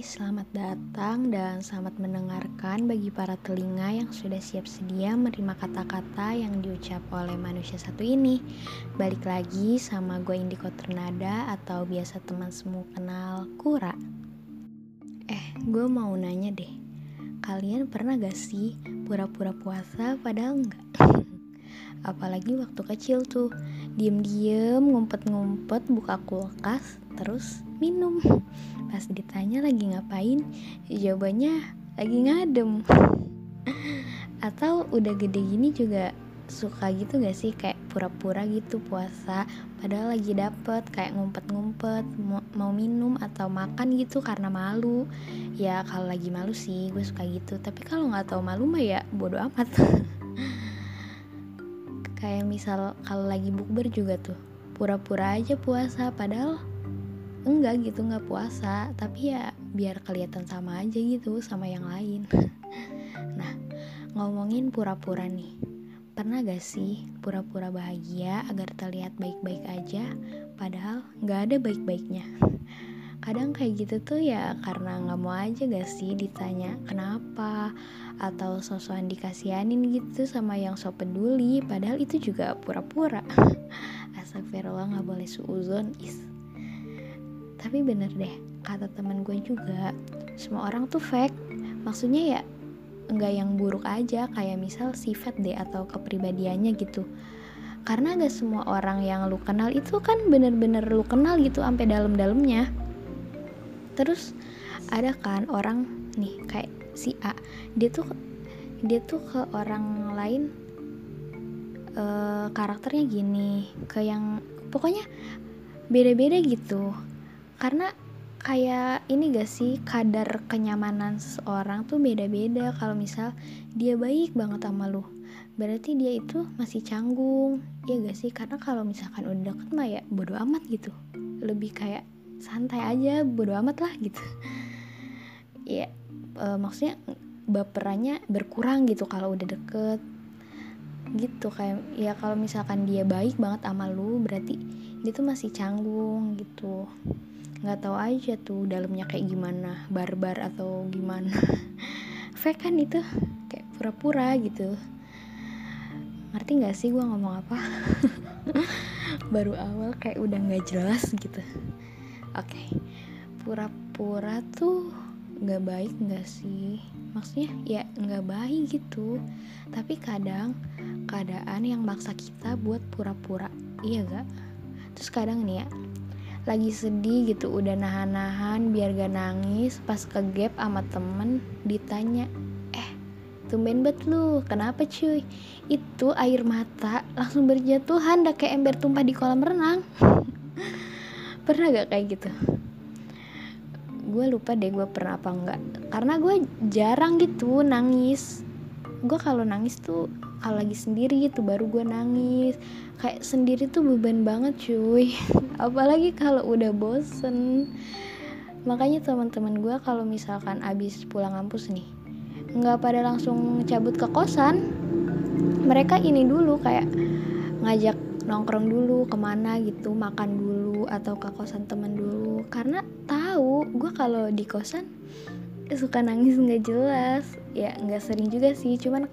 Selamat datang dan selamat mendengarkan bagi para telinga yang sudah siap sedia menerima kata-kata yang diucap oleh manusia satu ini. Balik lagi sama gue Indiko Ternada atau biasa teman semua kenal Kura. Gue mau nanya deh, kalian pernah gak sih pura-pura puasa padahal enggak? Apalagi waktu kecil tuh, diem-diem, ngumpet-ngumpet, buka kulkas, terus minum. Pas ditanya lagi ngapain, jawabannya lagi ngadem. Atau udah gede gini juga suka gitu gak sih, kayak pura-pura gitu puasa padahal lagi dapet, kayak ngumpet-ngumpet mau minum atau makan gitu karena malu. Ya kalau lagi malu sih gue suka gitu, tapi kalau nggak tahu malu mah ya bodo amat. Kayak misal kalau lagi bukber juga tuh pura-pura aja puasa padahal enggak gitu, nggak puasa, tapi ya biar kelihatan sama aja gitu sama yang lain. Nah, ngomongin pura-pura nih, pernah gak sih pura-pura bahagia agar terlihat baik-baik aja padahal nggak ada baik-baiknya? Kadang kayak gitu tuh ya karena nggak mau aja gak sih ditanya kenapa, atau sosokan dikasihanin gitu sama yang so peduli padahal itu juga pura-pura. Astagfirullah, nggak boleh suuzon Tapi bener deh, kata teman gue juga, semua orang tuh fake. Maksudnya ya nggak yang buruk aja, kayak misal sifat deh atau kepribadiannya gitu. Karena gak semua orang yang lu kenal itu kan bener-bener lu kenal gitu sampai dalam-dalamnya. Terus ada kan orang nih kayak si A, dia tuh ke orang lain karakternya gini, ke yang pokoknya beda-beda gitu. Karena kayak ini gak sih, kadar kenyamanan seseorang tuh beda-beda. Kalau misal dia baik banget sama lu, berarti dia itu masih canggung, ya gak sih? Karena kalau misalkan udah deket mah ya bodo amat gitu, lebih kayak santai aja, bodo amat lah gitu. Ya maksudnya baperannya berkurang gitu kalau udah deket gitu. Kayak ya kalau misalkan dia baik banget sama lu, berarti dia tuh masih canggung gitu, nggak tahu aja tuh dalamnya kayak gimana, barbar atau gimana. Fake kan itu, kayak pura-pura gitu. Ngerti nggak sih gue ngomong apa? Baru awal kayak udah nggak jelas gitu. Oke, pura-pura tuh nggak baik nggak sih? Maksudnya ya nggak baik gitu. Tapi kadang keadaan yang maksa kita buat pura-pura, iya gak? Terus kadang nih ya, lagi sedih gitu, udah nahan-nahan biar gak nangis, pas kegap sama temen ditanya, tumben bet lu, kenapa cuy? Itu air mata langsung berjatuhan, dah kayak ember tumpah di kolam renang. Pernah gak kayak gitu? Gue lupa deh gue pernah apa enggak, karena gue jarang gitu nangis. Gue kalau nangis tuh kalau lagi sendiri gitu baru gue nangis. Kayak sendiri tuh beban banget cuy. Apalagi kalau udah bosen. Makanya teman-teman gue kalau misalkan abis pulang kampus nih, nggak pada langsung cabut ke kosan. Mereka ini dulu kayak ngajak nongkrong dulu kemana gitu, makan dulu atau ke kosan temen dulu. Karena tahu gue kalau di kosan suka nangis nggak jelas. Ya nggak sering juga sih, cuman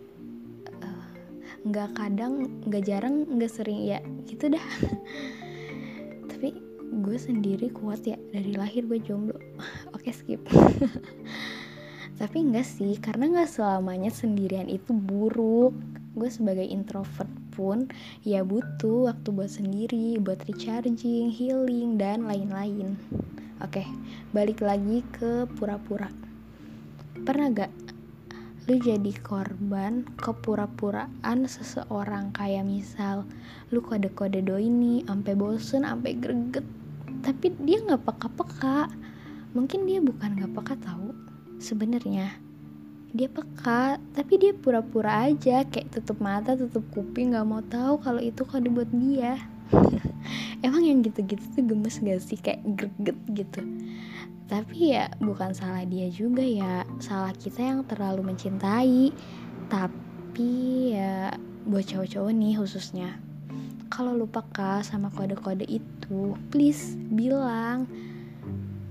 nggak kadang, nggak jarang, nggak sering ya gitu dah. Tapi gue sendiri kuat ya, dari lahir gue jomblo. Oke, skip. Tapi enggak sih, karena nggak selamanya sendirian itu buruk. Gue sebagai introvert pun ya butuh waktu buat sendiri, buat recharging, healing, dan lain-lain. Oke, balik lagi ke pura-pura. Pernah gak lu jadi korban kepura-puraan seseorang? Kayak misal lu kode-kode doi nih sampai bosen, sampai greget, tapi dia nggak peka-peka. Mungkin dia bukan nggak peka tahu, sebenarnya dia peka, tapi dia pura-pura aja, kayak tutup mata, tutup kuping, nggak mau tahu kalau itu kode buat dia. Emang yang gitu-gitu tuh gemes gak sih, kayak greget gitu. Tapi ya bukan salah dia juga ya, salah kita yang terlalu mencintai. Tapi ya buat cowok-cowok nih khususnya, kalau lu peka sama kode-kode itu, please bilang.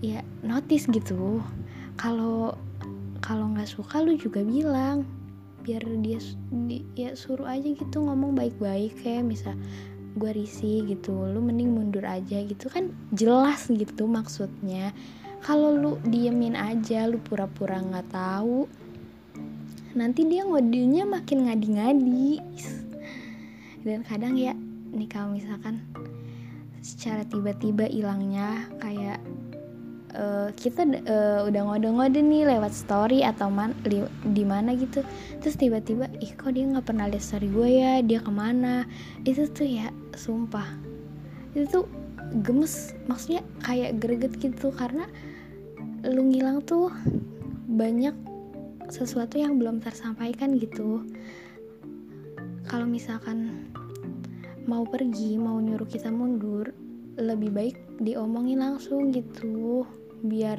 ya notice gitu. Kalau nggak suka lu juga bilang, biar dia ya suruh aja gitu ngomong baik-baik, kayak misal gue risih gitu, lu mending mundur aja gitu kan, jelas gitu maksudnya. Kalau lu diemin aja, lu pura-pura nggak tahu, nanti dia ngodenya makin ngadi-ngadi. Dan kadang ya nih, kalau misalkan secara tiba-tiba hilangnya, kayak kita udah ngode-ngode nih lewat story atau di mana gitu, terus tiba-tiba kok dia nggak pernah lihat story gue ya, dia kemana. Itu tuh ya sumpah, itu tuh gemes, maksudnya kayak greget gitu, karena lu ngilang tuh banyak sesuatu yang belum tersampaikan gitu. Kalau misalkan mau pergi, mau nyuruh kita mundur, lebih baik diomongin langsung gitu, biar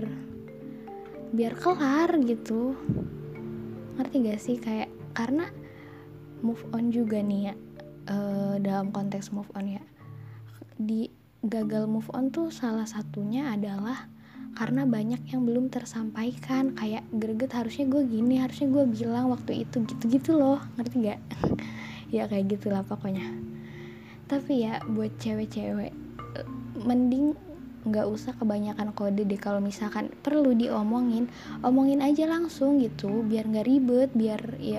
kelar gitu. Ngerti gak sih? Kayak karena move on juga nih ya, dalam konteks move on ya, di gagal move on tuh salah satunya adalah karena banyak yang belum tersampaikan. Kayak greget, harusnya gue gini, harusnya gue bilang waktu itu gitu-gitu loh, ngerti gak? Ya kayak gitulah pokoknya. Tapi ya buat cewek-cewek, mending nggak usah kebanyakan kode deh. Kalau misalkan perlu diomongin, omongin aja langsung gitu, biar nggak ribet, biar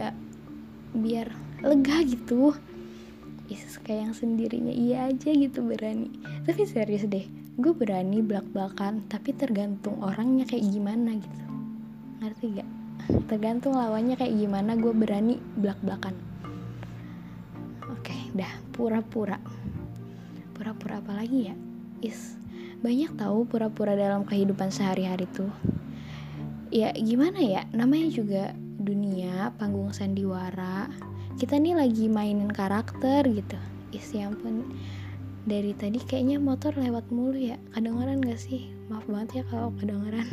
lega gitu. Kayak yang sendirinya iya aja gitu berani. Tapi serius deh, gue berani belak-belakan, tapi tergantung orangnya kayak gimana gitu, ngerti gak? Tergantung lawannya kayak gimana, gue berani belak-belakan. Oke, dah. Pura-pura apa lagi ya? Banyak tahu pura-pura dalam kehidupan sehari-hari tuh. Ya gimana ya, namanya juga dunia panggung sandiwara. Kita nih lagi mainin karakter gitu. Ya ampun, dari tadi kayaknya motor lewat mulu ya. Kedengeran gak sih? Maaf banget ya kalau kedengeran.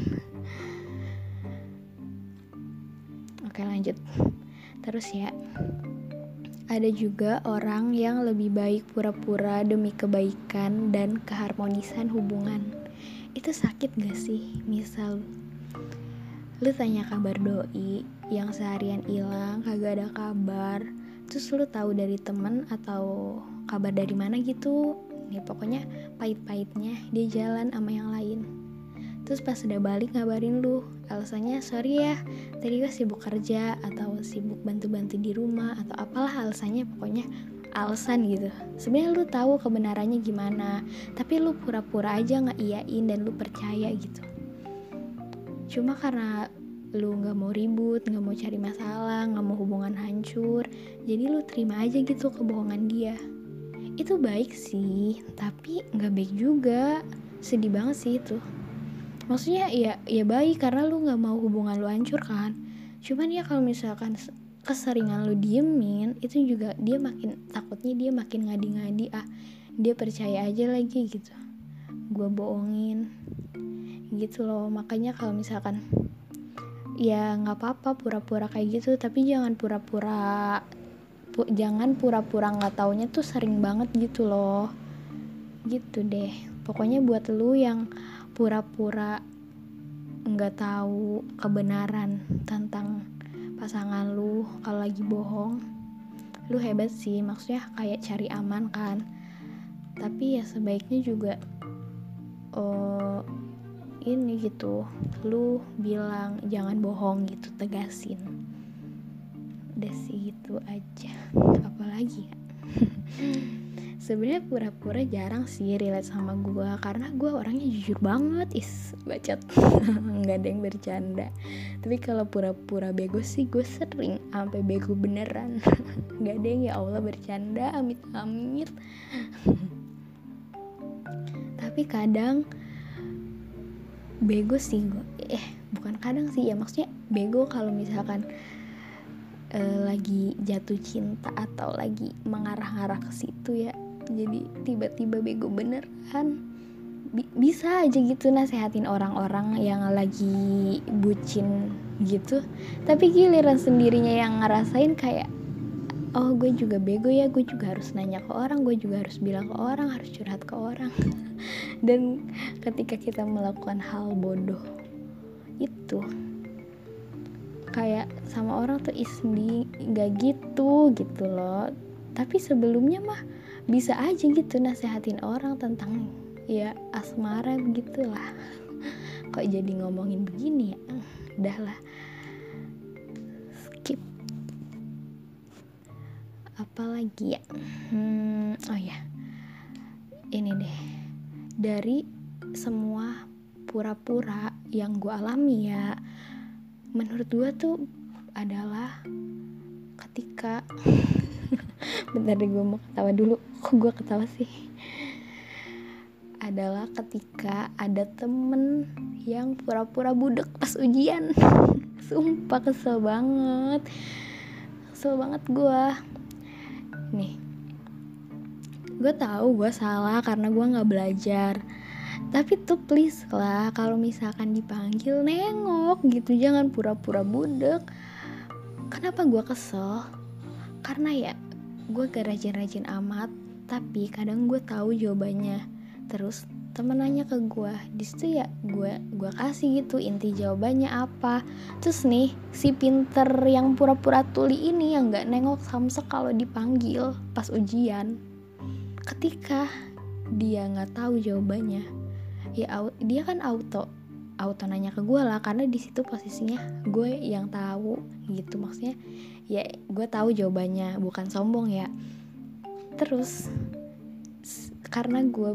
Oke, lanjut. Terus ya, ada juga orang yang lebih baik pura-pura demi kebaikan dan keharmonisan hubungan. Itu sakit gak sih? Misal lu tanya kabar doi yang seharian hilang, kagak ada kabar, terus lu tahu dari temen atau kabar dari mana gitu. Nih pokoknya pahit-pahitnya dia jalan sama yang lain. Terus pas udah balik ngabarin lu, alasannya sorry ya, tadi gue sibuk kerja atau sibuk bantu-bantu di rumah atau apalah alasannya, pokoknya alasan gitu. Sebenarnya lu tahu kebenarannya gimana, tapi lu pura-pura aja nggak iyain dan lu percaya gitu. Cuma karena lu nggak mau ribut, nggak mau cari masalah, nggak mau hubungan hancur, jadi lu terima aja gitu kebohongan dia. Itu baik sih, tapi nggak baik juga. Sedih banget sih itu. Maksudnya ya baik karena lu nggak mau hubungan lu hancur kan. Cuman ya kalau misalkan keseringan lu diemin, itu juga dia takutnya dia makin ngadi-ngadi. Dia percaya aja lagi gitu, gue bohongin gitu loh. Makanya kalau misalkan ya nggak apa-apa pura-pura kayak gitu, tapi jangan pura-pura nggak taunya tuh sering banget gitu loh. Gitu deh. Pokoknya buat lu yang pura-pura nggak tahu kebenaran tentang pasangan lu kalau lagi bohong, lu hebat sih, maksudnya kayak cari aman kan. Tapi ya sebaiknya juga ini gitu, lu bilang jangan bohong gitu, tegasin. Udah sih gitu aja. Apalagi ya? Sebenarnya pura-pura jarang sih relate sama gue, karena gue orangnya jujur banget, bacot. Nggak ada yang bercanda. Tapi kalau pura-pura bego sih gue sering, sampai bego beneran. Nggak ada yang ya Allah bercanda, amit-amit. Tapi kadang bego sih gue, bukan kadang sih ya, maksudnya bego kalau misalkan lagi jatuh cinta atau lagi mengarah-arah ke situ ya, jadi tiba-tiba bego beneran. Bisa aja gitu nasehatin orang-orang yang lagi bucin gitu, tapi giliran sendirinya yang ngerasain kayak oh gue juga bego ya, gue juga harus nanya ke orang, gue juga harus bilang ke orang, harus curhat ke orang. Dan ketika kita melakukan hal bodoh itu, kayak sama orang tuh gak gitu loh. Tapi sebelumnya mah bisa aja gitu nasehatin orang tentang ya asmara begitulah. Kok jadi ngomongin begini ya, udahlah, skip. Apalagi ya, oh ya, ini deh, dari semua pura-pura yang gue alami ya, menurut gue tuh adalah ketika bentar deh, gue mau ketawa dulu. Kok gue ketawa sih? Adalah ketika ada temen yang pura-pura budek pas ujian. Sumpah kesel banget gue. Nih, gue tahu gue salah karena gue nggak belajar. Tapi tuh please lah, kalau misalkan dipanggil nengok gitu, jangan pura-pura budek. Kenapa gue kesel? Karena ya gue gak rajin-rajin amat, tapi kadang gue tahu jawabannya. Terus temen nanya ke gue, disitu ya gue kasih gitu inti jawabannya apa. Terus nih si pinter yang pura-pura tuli ini yang nggak nengok samsek kalau dipanggil pas ujian, ketika dia nggak tahu jawabannya, ya dia kan auto nanya ke gue lah, karena di situ posisinya gue yang tahu gitu. Maksudnya ya gue tahu jawabannya, bukan sombong ya. Terus karena gue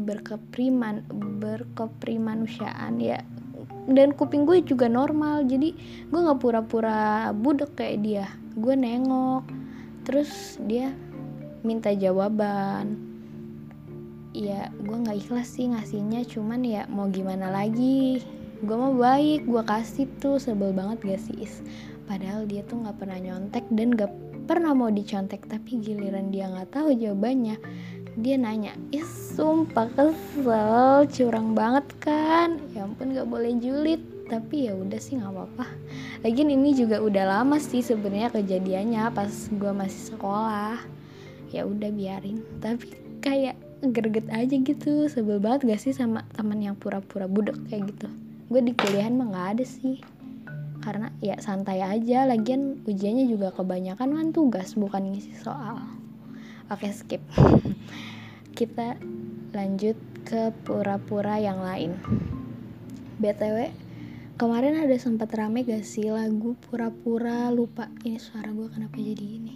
berkeprimanusiaan ya, dan kuping gue juga normal, jadi gue nggak pura-pura budek kayak dia. Gue nengok, terus dia minta jawaban. Ya gue nggak ikhlas sih ngasihnya, cuman ya mau gimana lagi, gue mau baik, gue kasih tuh. Sebel banget gak sih padahal dia tuh nggak pernah nyontek dan nggak pernah mau dicontek, tapi giliran dia nggak tahu jawabannya dia nanya. Sumpah kesel, curang banget kan. Ya ampun, nggak boleh julid, tapi ya udah sih nggak apa-apa. Lagian ini juga udah lama sih sebenarnya kejadiannya, pas gue masih sekolah. Ya udah biarin, tapi kayak greget aja gitu. Sebel banget gak sih sama teman yang pura-pura budek kayak gitu. Gue di kuliahan mah nggak ada sih, karena ya santai aja. Lagian ujiannya juga kebanyakan kan tugas, bukan ngisi soal. Oke, skip. Kita lanjut ke pura-pura yang lain. BTW, kemarin ada sempat rame gak sih lagu pura-pura lupa? Ini suara gue kenapa jadi ini?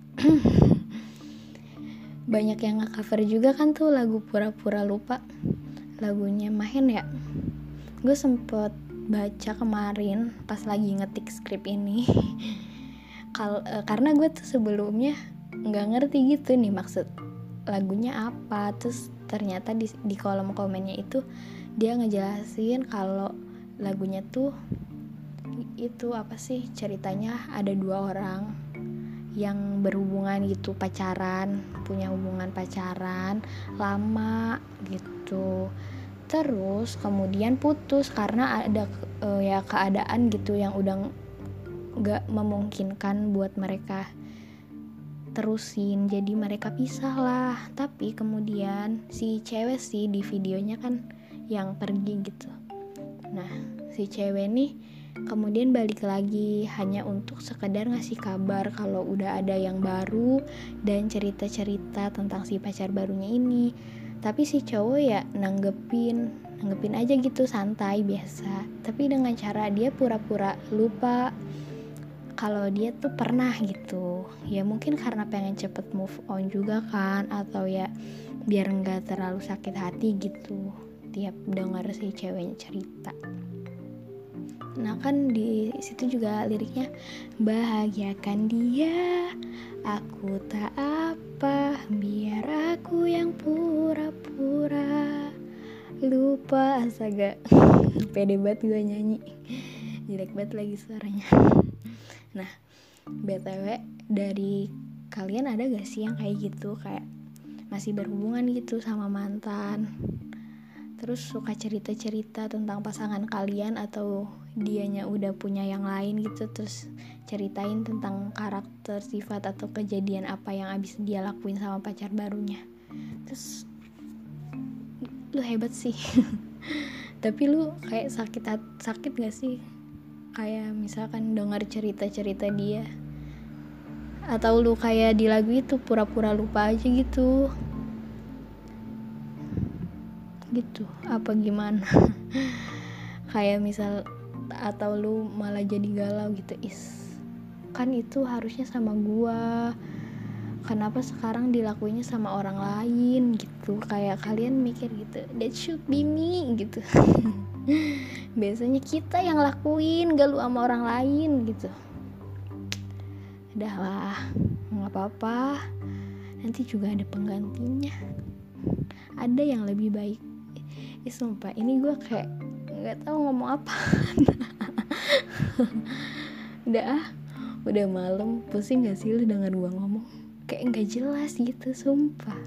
Banyak yang nge-cover juga kan tuh lagu pura-pura lupa. Lagunya Mahen ya. Gue sempet baca kemarin pas lagi ngetik skrip ini. Karena gue tuh sebelumnya nggak ngerti gitu nih maksud lagunya apa. Terus ternyata di kolom komennya itu dia ngejelasin kalau lagunya tuh itu apa sih, ceritanya ada 2 orang yang berhubungan gitu, punya hubungan pacaran lama gitu. Terus kemudian putus karena ada ya keadaan gitu yang udah gak memungkinkan buat mereka terusin, jadi mereka pisah lah. Tapi kemudian si cewek sih di videonya kan yang pergi gitu. Nah si cewek nih kemudian balik lagi hanya untuk sekedar ngasih kabar kalau udah ada yang baru dan cerita-cerita tentang si pacar barunya ini. Tapi si cowok ya nanggepin aja gitu, santai biasa. Tapi dengan cara dia pura-pura lupa kalau dia tuh pernah gitu. Ya mungkin karena pengen cepet move on juga kan, atau ya biar gak terlalu sakit hati gitu tiap denger si ceweknya cerita. Nah kan di situ juga liriknya, bahagiakan dia, aku tak apa, biar aku yang pura-pura lupa. Astaga, pede banget gue nyanyi, jelek banget lagi suaranya. Nah BTW, dari kalian ada gak sih yang kayak gitu, kayak masih berhubungan gitu sama mantan, terus suka cerita-cerita tentang pasangan kalian, atau dianya udah punya yang lain gitu, terus ceritain tentang karakter, sifat atau kejadian apa yang abis dia lakuin sama pacar barunya. Terus lu hebat sih. Tapi lu kayak sakit gak sih kayak misalkan dengar cerita-cerita dia, atau lu kayak di lagu itu pura-pura lupa aja gitu apa gimana? Kayak misal, atau lu malah jadi galau gitu, kan itu harusnya sama gua, kenapa sekarang dilakuinnya sama orang lain gitu. Kayak kalian mikir gitu, that should be me gitu. Biasanya kita yang lakuin, gak lu sama orang lain gitu. Udahlah, gak apa-apa, nanti juga ada penggantinya, ada yang lebih baik. Sumpah ini gue kayak gak tahu ngomong apa. Udah malam, pusing gak sih lu denger gue ngomong? Kayak gak jelas gitu, sumpah.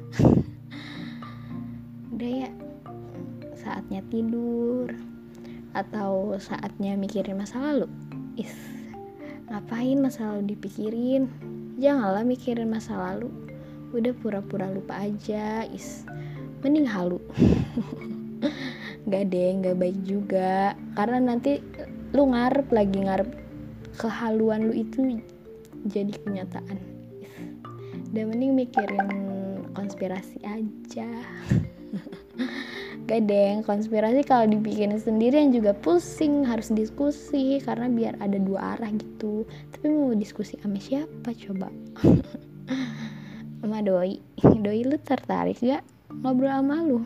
Udah ya, saatnya tidur atau saatnya mikirin masa lalu. Ngapain masa lalu dipikirin? Janganlah mikirin masa lalu, udah pura-pura lupa aja. Mending halu. Gak deh, gak baik juga, karena nanti lu ngarep kehaluan lu itu jadi kenyataan. Udah mending mikirin konspirasi aja. Gak deng, konspirasi kalau dibikin sendirian juga pusing, harus diskusi karena biar ada dua arah gitu. Tapi mau diskusi sama siapa coba? Sama doi lu tertarik gak ngobrol sama lu?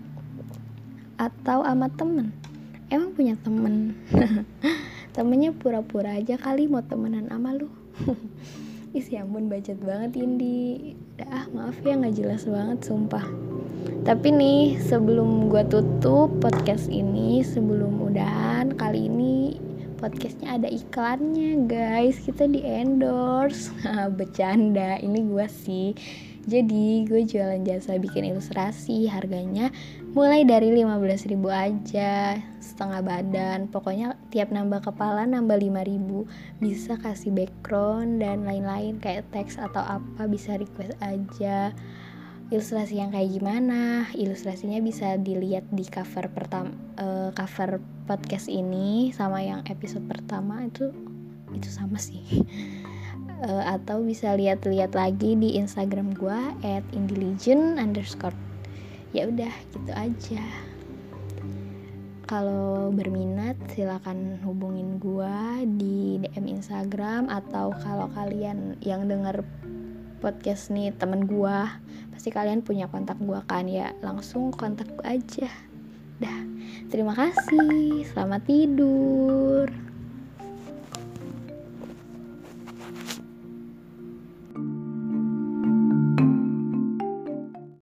Atau sama temen? Emang punya temen? Temennya pura-pura aja kali mau temenan sama lu. Ya ampun, bacot banget Indi. Maaf ya, gak jelas banget sumpah. Tapi nih, sebelum gue tutup podcast ini, sebelum udahan, kali ini podcastnya ada iklannya guys, kita di endorse. Bercanda, ini gue sih. Jadi gue jualan jasa bikin ilustrasi, harganya mulai dari 15.000 aja, setengah badan. Pokoknya tiap nambah kepala nambah 5.000. Bisa kasih background dan lain-lain kayak teks atau apa, bisa request aja. Ilustrasi yang kayak gimana? Ilustrasinya bisa dilihat di cover cover podcast ini sama yang episode pertama itu sama sih. Atau bisa lihat-lihat lagi di Instagram gue @indilegen_. Ya udah gitu aja. Kalau berminat silakan hubungin gue di DM Instagram, atau kalau kalian yang denger podcast nih temen gue, pasti kalian punya kontak gue kan, ya langsung kontak gue aja. Dah, terima kasih, selamat tidur.